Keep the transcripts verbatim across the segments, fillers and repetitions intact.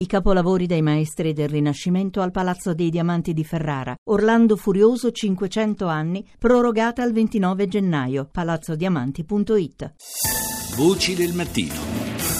I capolavori dei maestri del Rinascimento al Palazzo dei Diamanti di Ferrara. Orlando Furioso cinquecento anni, prorogata al ventinove gennaio. palazzodiamanti punto it. Voci del mattino.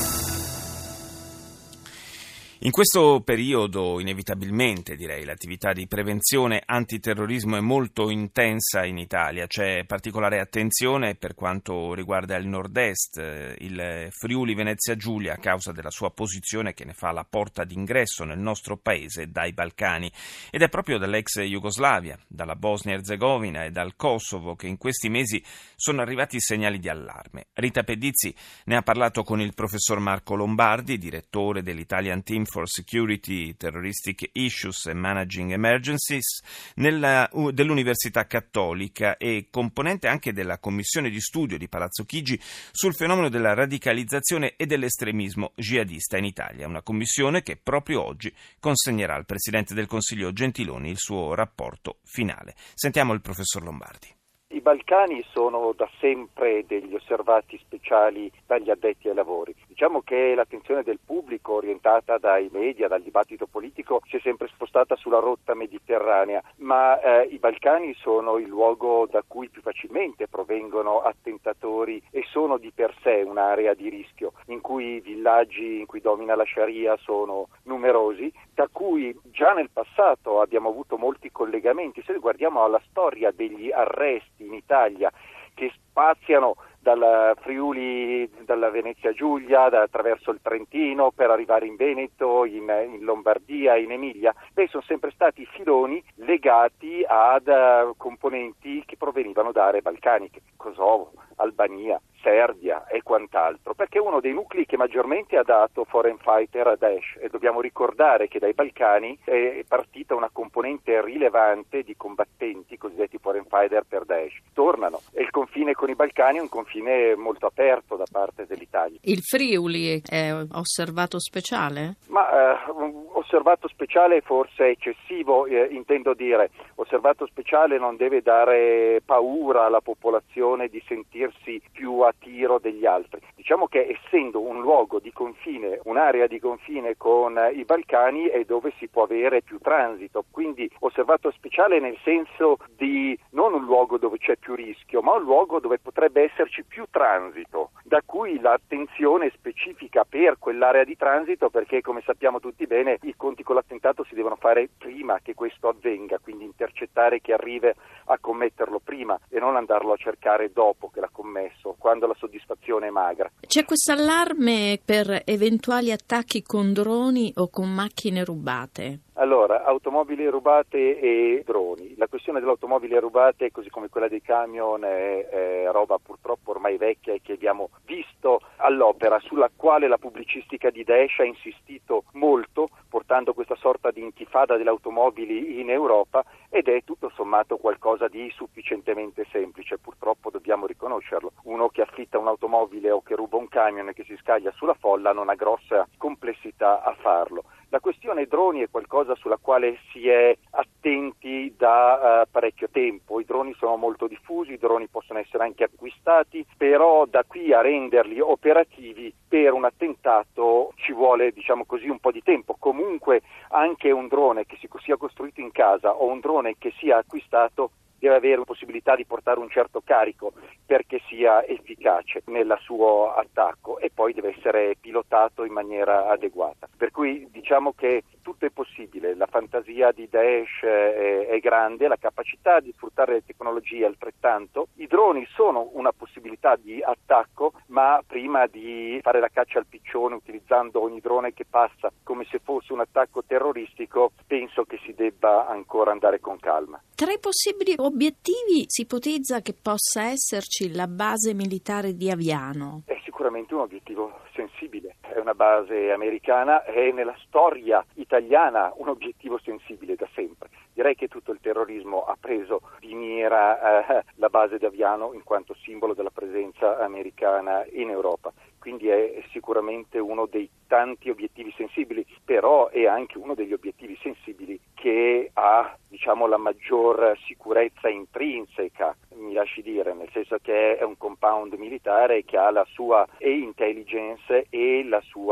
In questo periodo, inevitabilmente, direi, l'attività di prevenzione antiterrorismo è molto intensa in Italia. C'è particolare attenzione per quanto riguarda il nord-est, il Friuli Venezia Giulia, a causa della sua posizione che ne fa la porta d'ingresso nel nostro paese dai Balcani. Ed è proprio dall'ex Jugoslavia, dalla Bosnia Erzegovina e dal Kosovo che in questi mesi sono arrivati segnali di allarme. Rita Pedizzi ne ha parlato con il professor Marco Lombardi, direttore dell'Italian Team for Security, Terroristic Issues and Managing Emergencies nella, uh, dell'Università Cattolica e componente anche della commissione di studio di Palazzo Chigi sul fenomeno della radicalizzazione e dell'estremismo jihadista in Italia. Una commissione che proprio oggi consegnerà al Presidente del Consiglio Gentiloni il suo rapporto finale. Sentiamo il professor Lombardi. I Balcani sono da sempre degli osservati speciali dagli addetti ai lavori. Diciamo che l'attenzione del pubblico, orientata dai media, dal dibattito politico, si è sempre spostata sulla rotta mediterranea, ma eh, i Balcani sono il luogo da cui più facilmente provengono attentatori e sono di per sé un'area di rischio, in cui i villaggi in cui domina la Sharia sono numerosi, da cui già nel passato abbiamo avuto molti collegamenti. Se guardiamo alla storia degli arresti in Italia che spaziano dal Friuli, dalla Venezia Giulia, da, attraverso il Trentino per arrivare in Veneto, in, in Lombardia, in Emilia, beh, sono sempre stati filoni legati ad uh, componenti che provenivano da aree balcaniche, Kosovo, Albania, Serbia e quant'altro, perché è uno dei nuclei che maggiormente ha dato foreign fighter a Daesh, e dobbiamo ricordare che dai Balcani è partita una componente rilevante di combattenti cosiddetti foreign fighter per Daesh. Tornano, e il confine con i Balcani è un confine molto aperto da parte dell'Italia. Il Friuli è osservato speciale? Ma eh, un osservato speciale forse è eccessivo, eh, intendo dire, osservato speciale non deve dare paura alla popolazione di sentirsi più a tiro degli altri. Diciamo che essendo un luogo di confine, un'area di confine con i Balcani, è dove si può avere più transito, quindi osservato speciale nel senso di non un luogo dove c'è più rischio, ma un luogo dove potrebbe esserci più transito, da cui l'attenzione specifica per quell'area di transito, perché come sappiamo tutti bene i conti con l'attentato si devono fare prima che questo avvenga, quindi intercettare chi arriva a commetterlo prima e non andarlo a cercare dopo che l'ha commesso, quando la soddisfazione è magra. C'è questo allarme per eventuali attacchi con droni o con macchine rubate? Allora, automobili rubate e droni. La questione delle automobili rubate, così come quella dei camion, è, è roba purtroppo ormai vecchia e che abbiamo visto all'opera, sulla quale la pubblicistica di Daesh ha insistito molto, portando questa sorta di intifada delle automobili in Europa, ed è tutto sommato qualcosa di sufficientemente semplice, purtroppo dobbiamo riconoscerlo. Uno che affitta un'automobile o che ruba un camion e che si scaglia sulla folla non ha grossa complessità a farlo. La questione droni è qualcosa sulla quale si è attenti da uh, parecchio tempo. I droni sono molto diffusi, i droni possono essere anche acquistati, però da qui a renderli operativi per un attentato ci vuole, diciamo così, un po' di tempo. Comunque anche un drone che si sia costruito in casa o un drone che sia acquistato deve avere la possibilità di portare un certo carico perché sia efficace nel suo attacco, e poi deve essere pilotato in maniera adeguata. Per cui diciamo che tutto è possibile, la fantasia di Daesh è, è grande, la capacità di sfruttare le tecnologie altrettanto. I droni sono una possibilità di attacco, ma prima di fare la caccia al piccione utilizzando ogni drone che passa come se fosse un attacco terroristico, penso che si debba ancora andare con calma. Tra i possibili obiettivi si ipotizza che possa esserci la base militare di Aviano. È sicuramente un obiettivo sensibile, è una base americana, è nella storia italiana un obiettivo sensibile da sempre. Direi che tutto il terrorismo ha preso di mira eh, la base di Aviano in quanto simbolo della presenza americana in Europa. Quindi è sicuramente uno dei tanti obiettivi sensibili, però è anche uno degli obiettivi sensibili che ha, diciamo, la maggior sicurezza intrinseca, mi lasci dire, nel senso che è un compound militare che ha la sua e intelligence e la sua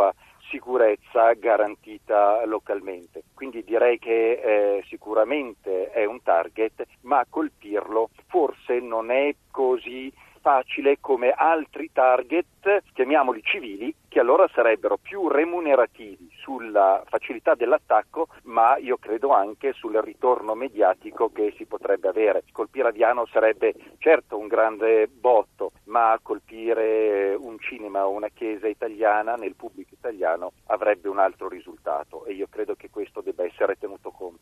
sicurezza garantita localmente. Quindi direi che eh, sicuramente è un target, ma colpirlo forse non è così facile come altri target, chiamiamoli civili, che allora sarebbero più remunerativi sulla facilità dell'attacco, ma io credo anche sul ritorno mediatico che si potrebbe avere. Colpire Aviano sarebbe certo un grande botto, ma colpire un cinema o una chiesa italiana nel pubblico italiano avrebbe un altro risultato, e io credo che questo debba essere tenuto conto.